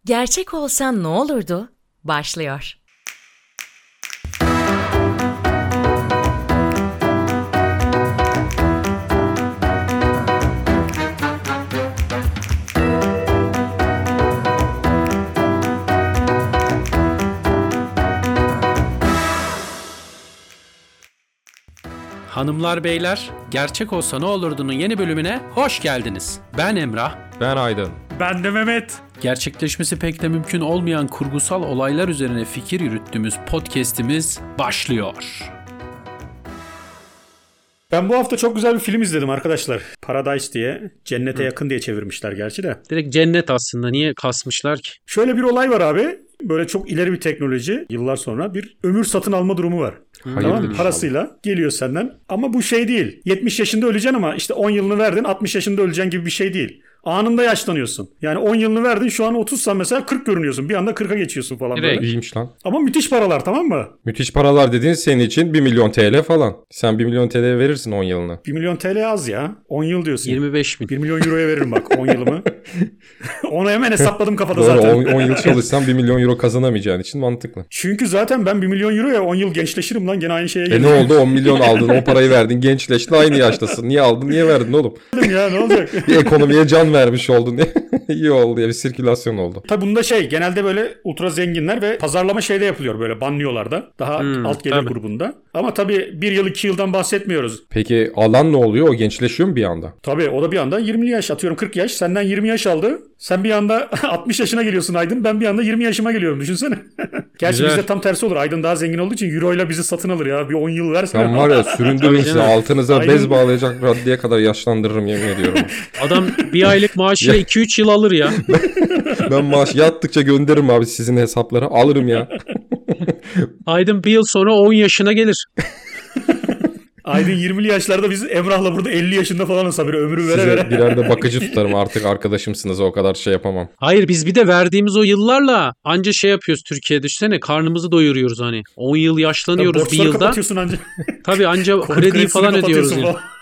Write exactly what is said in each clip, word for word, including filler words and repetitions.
Gerçek olsan ne olurdu? Başlıyor. Hanımlar beyler, Gerçek Olsa Ne Olurdu'nun yeni bölümüne hoş geldiniz. Ben Emrah. Ben Aydın. Ben de Mehmet. Gerçekleşmesi pek de mümkün olmayan kurgusal olaylar üzerine fikir yürüttüğümüz podcast'imiz başlıyor. Ben bu hafta çok güzel bir film izledim arkadaşlar. Paradise diye. Cennete yakın diye çevirmişler gerçi de. Direkt cennet aslında. Niye kasmışlar ki? Şöyle bir olay var abi. Böyle çok ileri bir teknoloji. Yıllar sonra bir ömür satın alma durumu var. Tamam mı? Parasıyla geliyor senden. Ama bu şey değil. yetmiş yaşında öleceksin ama işte on yılını verdin altmış yaşında öleceksin gibi bir şey değil. Anında yaşlanıyorsun. Yani on yılını verdin, şu an otuzsan mesela kırk görünüyorsun. Bir anda kırka geçiyorsun falan Direkt. böyle. İyiymiş lan. Ama müthiş paralar, tamam mı? Müthiş paralar dediğin senin için bir milyon T L falan. Sen bir milyon T L verirsin on yılına. bir milyon T L az ya. on yıl diyorsun. yirmi beş bin. bir milyon euroya veririm bak on yılımı. Onu hemen hesapladım kafada Doğru, zaten. on yıl çalışsan bir milyon euro kazanamayacağın için mantıklı. Çünkü zaten ben bir milyon euroya on yıl gençleşirim lan, gene aynı şeye E gelir. ne oldu, on milyon aldın, o parayı verdin, gençleştin, aynı yaştasın. Niye aldın, niye verdin oğlum? Ya ne olacak? Bir ekonomiye can vermiş oldun diye. İyi oldu ya, bir sirkülasyon oldu. Tabi bunda şey, genelde böyle ultra zenginler ve pazarlama şeyde yapılıyor, böyle banlıyorlarda. Daha Hmm, alt gelir tabii. grubunda. Ama tabii bir yıl iki yıldan bahsetmiyoruz. Peki alan ne oluyor? O gençleşiyor mu bir anda? Tabii o da bir anda yirmi yaş, atıyorum kırk yaş. Senden yirmi yaş aldı. Sen bir anda altmış yaşına geliyorsun Aydın. Ben bir anda yirmi yaşıma geliyorum, düşünsene. Gerçi Güzel. bizde tam tersi olur. Aydın daha zengin olduğu için euro ile bizi satın alır ya. Bir on yıl versene. Sen var ya, süründürün sizi, canım. altınıza Aynen. bez bağlayacak raddeye kadar yaşlandırırım, yemin ediyorum. Adam bir aylık maaşıyla iki üç yıl alır ya. Ben maaş yattıkça gönderirim abi sizin hesaplara, alırım ya. Aydın bir yıl sonra on yaşına gelir. Aydın yirmili yaşlarda, biz Emrah'la burada elli yaşında falanız haberi, ömrü vere Size vere. birer de bakıcı tutarım, artık arkadaşımsınız, o kadar şey yapamam. Hayır, biz bir de verdiğimiz o yıllarla anca şey yapıyoruz Türkiye'de. Düşünsene, karnımızı doyuruyoruz hani. on yıl yaşlanıyoruz bir Borçları yılda. kapatıyorsun anca. Tabii anca Konu krediyi kredisini falan ödüyoruz kapatıyorsun yani. falan.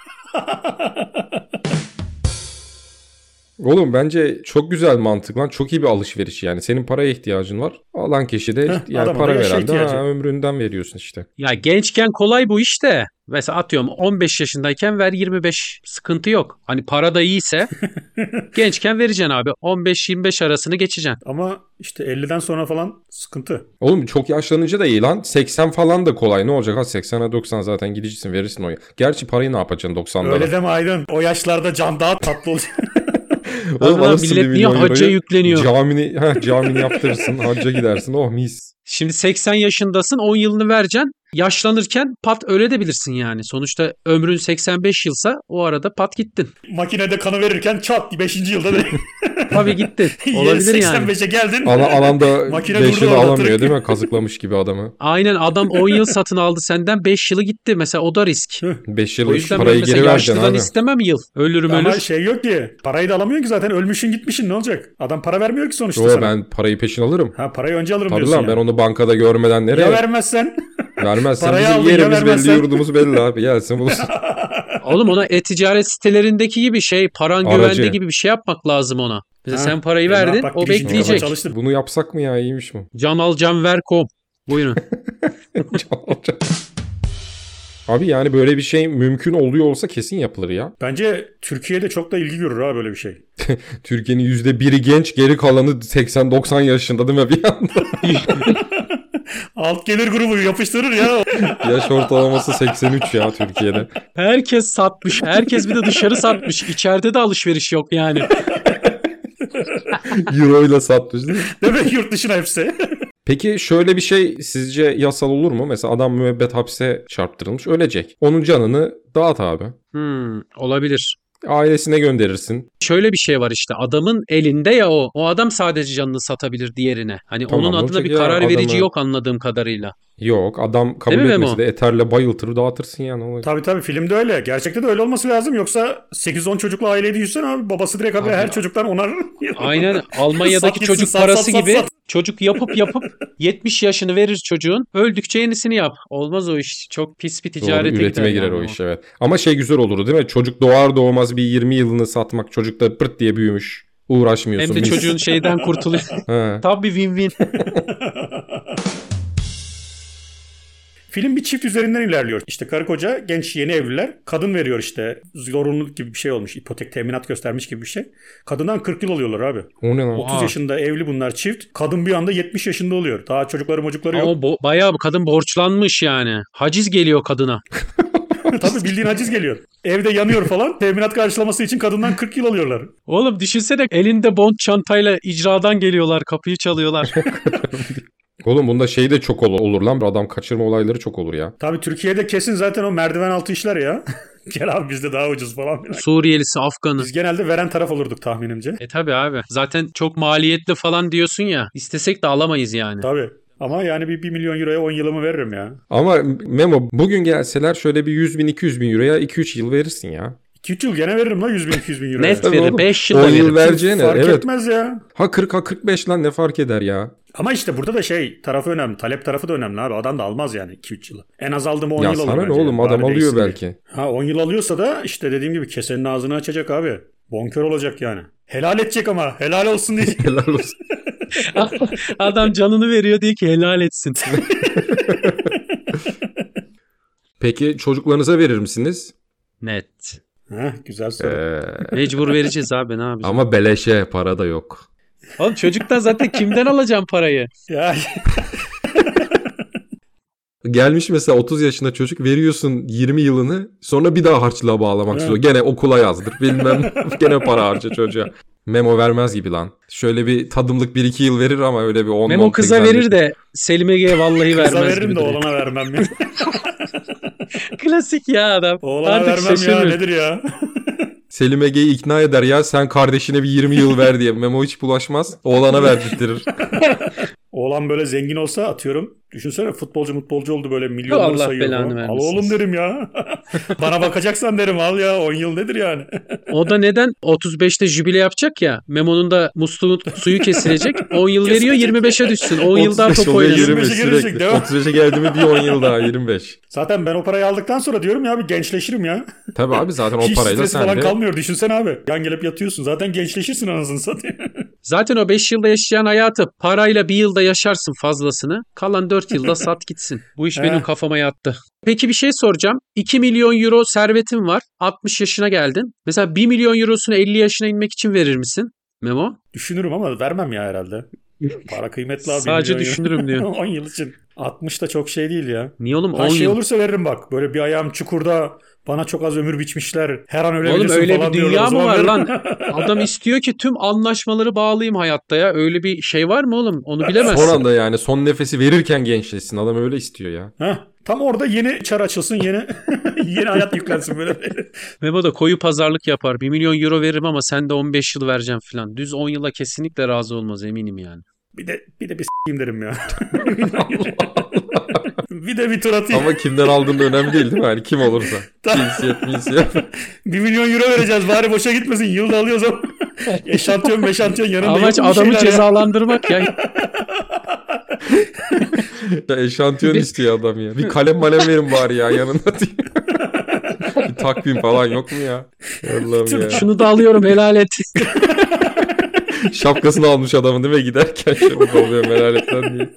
Oğlum bence çok güzel mantık lan. Çok iyi bir alışveriş yani. Senin paraya ihtiyacın var. Alan kişi de Heh, yani adama para da yaşa veren de ihtiyacı. ha, ömründen veriyorsun işte. Ya gençken kolay bu işte. Mesela atıyorum on beş yaşındayken ver yirmi beş, sıkıntı yok. Hani para da iyiyse gençken vereceksin abi. on beş yirmi beş arasını geçeceksin. Ama işte elliden sonra falan sıkıntı. Oğlum çok yaşlanınca da iyi lan. seksen falan da kolay. Ne olacak ha, seksene doksan zaten gideceksin, verirsin o. Gerçi parayı ne yapacaksın doksanlarda? Öyle deme Aydın. O yaşlarda can daha tatlı olacak. Oğlum Adam alırsın millet bir niye milyon hacca euroyu, yükleniyor? Camini, heh, camini yaptırırsın, hacca gidersin. Oh mis. Şimdi seksen yaşındasın, on yılını vereceksin. Yaşlanırken pat öyle de bilirsin yani. Sonuçta ömrün seksen beş yılsa o arada pat gittin. Makinede kanı verirken çat beşinci yılda da Tabii gittin. Olabilir seksen yani. beşe geldin. Ala, alanda Makine beş durdu yıl orada, alamıyor tırık. değil mi? Kazıklamış gibi adamı. Aynen, adam on yıl satın aldı senden, beş yılı gitti. Mesela o da risk. beş O yıl yüzden ben parayı mesela geri vereceksin yaşlıdan abi. istemem yıl. Ölürüm Ama ölür. şey yok ki. Parayı da alamıyorsun ki zaten. Ölmüşsün gitmişsin, ne olacak? Adam para vermiyor ki sonuçta Yo, sana. ben parayı peşin alırım. Ha, parayı önce alırım Tabii diyorsun lan, ya. ben onu bankada görmeden nereye? Ya vermezsen? Vermezsen Parayı bizim aldın, ya yerimiz belli, vermezsen? yurdumuz belli abi. Gelsin bulursun. Oğlum ona e-ticaret sitelerindeki gibi şey, paran Aracı. güvende gibi bir şey yapmak lazım ona. Mesela Ha, sen parayı Emrah verdin, bak, o girişimci kafa bekleyecek. çalıştır. Bunu yapsak mı ya, iyiymiş bu. Can al can ver kom. Buyurun. Abi yani böyle bir şey mümkün oluyor olsa kesin yapılır ya. Bence Türkiye'de çok da ilgi görür ha böyle bir şey. Türkiye'nin yüzde biri genç, geri kalanı seksen doksan yaşında değil mi bir anda? Alt gelir grubu yapıştırır ya. Yaş ortalaması seksen üç ya Türkiye'de. Herkes satmış. Herkes bir de dışarı satmış. İçeride de alışveriş yok yani. Euro ile satmış değil mi? Demek yurt dışına hepsi. Peki şöyle bir şey sizce yasal olur mu? Mesela adam müebbet hapse çarptırılmış, ölecek. Onun canını dağıt abi. Hmm, olabilir. Ailesine gönderirsin. Şöyle bir şey var işte, adamın elinde ya o. O adam sadece canını satabilir diğerine. Hani Tamam, onun adına olacak bir ya, karar verici adamı- yok anladığım kadarıyla. Yok, adam kabul Değil mi Memo? etmesi de eterle bayıltır dağıtırsın yani. Olacak. Tabii tabii, filmde öyle. Gerçekte de öyle olması lazım. Yoksa sekiz on çocuklu aileyi düşünsene abi. Babası direkt abi, Abi, her çocuktan onar. Aynen, Almanya'daki Sat gitsin, çocuk sat, parası sat, sat, gibi sat. çocuk yapıp yapıp yetmiş yaşını verir çocuğun. Öldükçe yenisini yap. Olmaz o iş. Çok pis bir Doğru, ticarete üretime gider girer yani o iş, evet. Ama şey güzel olurdu değil mi? Çocuk doğar doğmaz bir yirmi yılını satmak. Çocuk da pırt diye büyümüş. Uğraşmıyorsun. Hem de mis. çocuğun şeyden kurtuluyor. He. Tam bir win-win. Film bir çift üzerinden ilerliyor. İşte karı koca, genç yeni evliler. Kadın veriyor işte. Zorunluluk gibi bir şey olmuş. İpotek teminat göstermiş gibi bir şey. Kadından kırk yıl alıyorlar abi. O ne lan? otuz Aa. yaşında evli bunlar çift. Kadın bir anda yetmiş yaşında oluyor. Daha çocukları mocukları yok. Ama bo- bayağı kadın borçlanmış yani. Haciz geliyor kadına. Tabii bildiğin haciz geliyor. Evde yanıyor falan. Teminat karşılaması için kadından kırk yıl alıyorlar. Oğlum düşünsene elinde bond çantayla icradan geliyorlar. Kapıyı çalıyorlar. Oğlum bunda şey de çok ol- olur lan. Adam kaçırma olayları çok olur ya. Tabii Türkiye'de kesin zaten o merdiven altı işler ya. Gel abi bizde daha ucuz falan. Suriyelisi, Afganı. Biz genelde veren taraf olurduk tahminimce. E tabi abi. Zaten çok maliyetli falan diyorsun ya. İstesek de alamayız yani. Tabii. Ama yani bir, bir milyon euroya on yılımı veririm ya. Ama Memo bugün gelseler şöyle bir yüz bin iki yüz bin euroya iki üç yıl verirsin ya. iki üç yıl gene veririm la yüz bin iki yüz bin euroya. Net Tabii verir. oğlum. beş on yılda yıl verir. vereceğine. Fark Evet. etmez ya. Ha kırk ha kırk beş lan ne fark eder ya. Ama işte burada da şey tarafı önemli. Talep tarafı da önemli abi. Adam da almaz yani iki üç yılı. En az aldı mı on Ya yıl alır sana ne bence. oğlum Bari adam alıyor değsin diye. belki. Ha on yıl alıyorsa da işte dediğim gibi kesenin ağzını açacak abi. Bonkör olacak yani. Helal edecek ama. Helal olsun diye. Helal olsun. Adam canını veriyor diye ki helal etsin. Peki çocuklarınıza verir misiniz? Net. Heh, güzel soru. Ee, Mecbur vereceğiz abi ne yapacağız? ama beleşe para da yok. Oğlum çocuktan zaten kimden alacağım parayı? Ya Gelmiş mesela otuz yaşında çocuk veriyorsun yirmi yılını sonra bir daha harçlığa bağlamak Evet. istiyor. Gene okula yazdır bilmem gene para harca çocuğa. Memo vermez gibi lan. Şöyle bir tadımlık bir iki yıl verir ama öyle bir on Memo kıza verir de Selim Ege'ye vallahi vermez kıza veririm gibi de duruyor. oğlana vermem ya. Klasik ya adam. Oğlana Artık vermem ya şaşırmıyor. nedir ya? Selim Ege'yi ikna eder ya sen kardeşine bir yirmi yıl ver diye. Memo hiç bulaşmaz. Oğlana verdirtirir. Oğlan böyle zengin olsa atıyorum. Düşünsene futbolcu mutbolcu oldu böyle milyonları Allah sayıyor. belanı falan. Al vermesin. oğlum derim ya. Bana bakacaksan derim al ya on yıl nedir yani? O da neden? otuz beşte jübile yapacak ya. Memo'nun da musluğun suyu kesilecek. on yıl veriyor yirmi beşe düşsün. on yıl daha otuz beş top oluyor, oynasın. yirmi yirmi beşe girecek, sürekli. değil mi? otuz beşe geldi mi bir on yıl daha yirmi beş. Zaten ben o parayı aldıktan sonra diyorum ya abi gençleşirim ya. Tabii abi zaten o Hiç parayla stresi sen falan de kalmıyor. Düşünsene abi. Yan gelip yatıyorsun. Zaten gençleşirsin anasını satayım. Zaten o beş yılda yaşayan hayatı parayla bir yılda yaşarsın fazlasını. Kalan dört yılda sat gitsin. Bu iş benim He. kafama yattı. Peki bir şey soracağım. iki milyon euro servetin var. altmış yaşına geldin. Mesela bir milyon eurosunu elli yaşına inmek için verir misin Memo? Düşünürüm ama vermem ya herhalde. Para kıymetli abi. Sadece milyon euro. düşünürüm diyor. on yıl için. altmış da çok şey değil ya. Niye oğlum on Ha şey yıl? olursa veririm bak. Böyle bir ayağım çukurda bana çok az ömür biçmişler. Her an ölebilirsin Oğlum öyle falan bir diyorlar. dünya O mı zaman var veririm. lan? Adam istiyor ki tüm anlaşmaları bağlayayım hayatta ya. Öyle bir şey var mı oğlum? Onu bilemezsin. son anda yani son nefesi verirken gençleşsin. Adam öyle istiyor ya. Heh, tam orada yeni çar açılsın. Yeni yeni hayat yüklensin böyle. Memo da koyu pazarlık yapar. bir milyon euro veririm ama sen de on beş yıl vereceğim falan. Düz on yıla kesinlikle razı olmaz eminim yani. Bir de bir de bir s**eyim derim ya. Bir de bir tur atayım. Ama kimden aldığın da önemli değil değil mi? Yani kim olursa. Cinsiyet, cinsiyet. Bir milyon euro vereceğiz bari boşa gitmesin. Yılda alıyoruz ama. Eşantiyon meşantiyon yanında Amaç yok mu bir adamı şeyler ya? cezalandırmak ya. Ya eşantiyon istiyor adam ya. Bir kalem malem verin bari ya yanında diye. Bir takvim falan yok mu ya? Allah'ım ya. Şunu da alıyorum helal et. Şapkasını almış adamın değil mi? Giderken şöyle oluyor melaletten diye.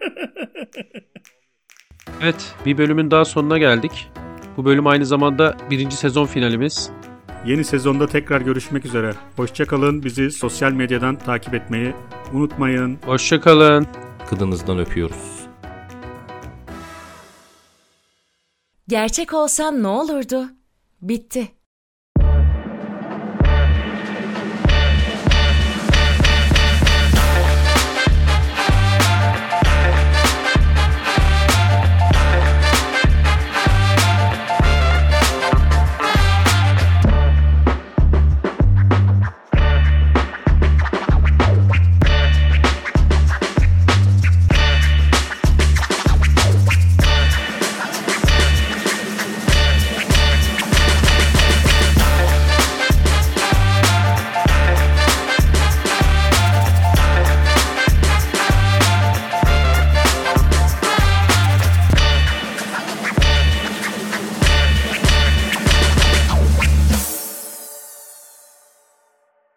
Evet, bir bölümün daha sonuna geldik. Bu bölüm aynı zamanda birinci sezon finalimiz. Yeni sezonda tekrar görüşmek üzere. Hoşçakalın. Bizi sosyal medyadan takip etmeyi unutmayın. Hoşça kalın. Kıdınızdan öpüyoruz. Gerçek olsan ne olurdu? Bitti.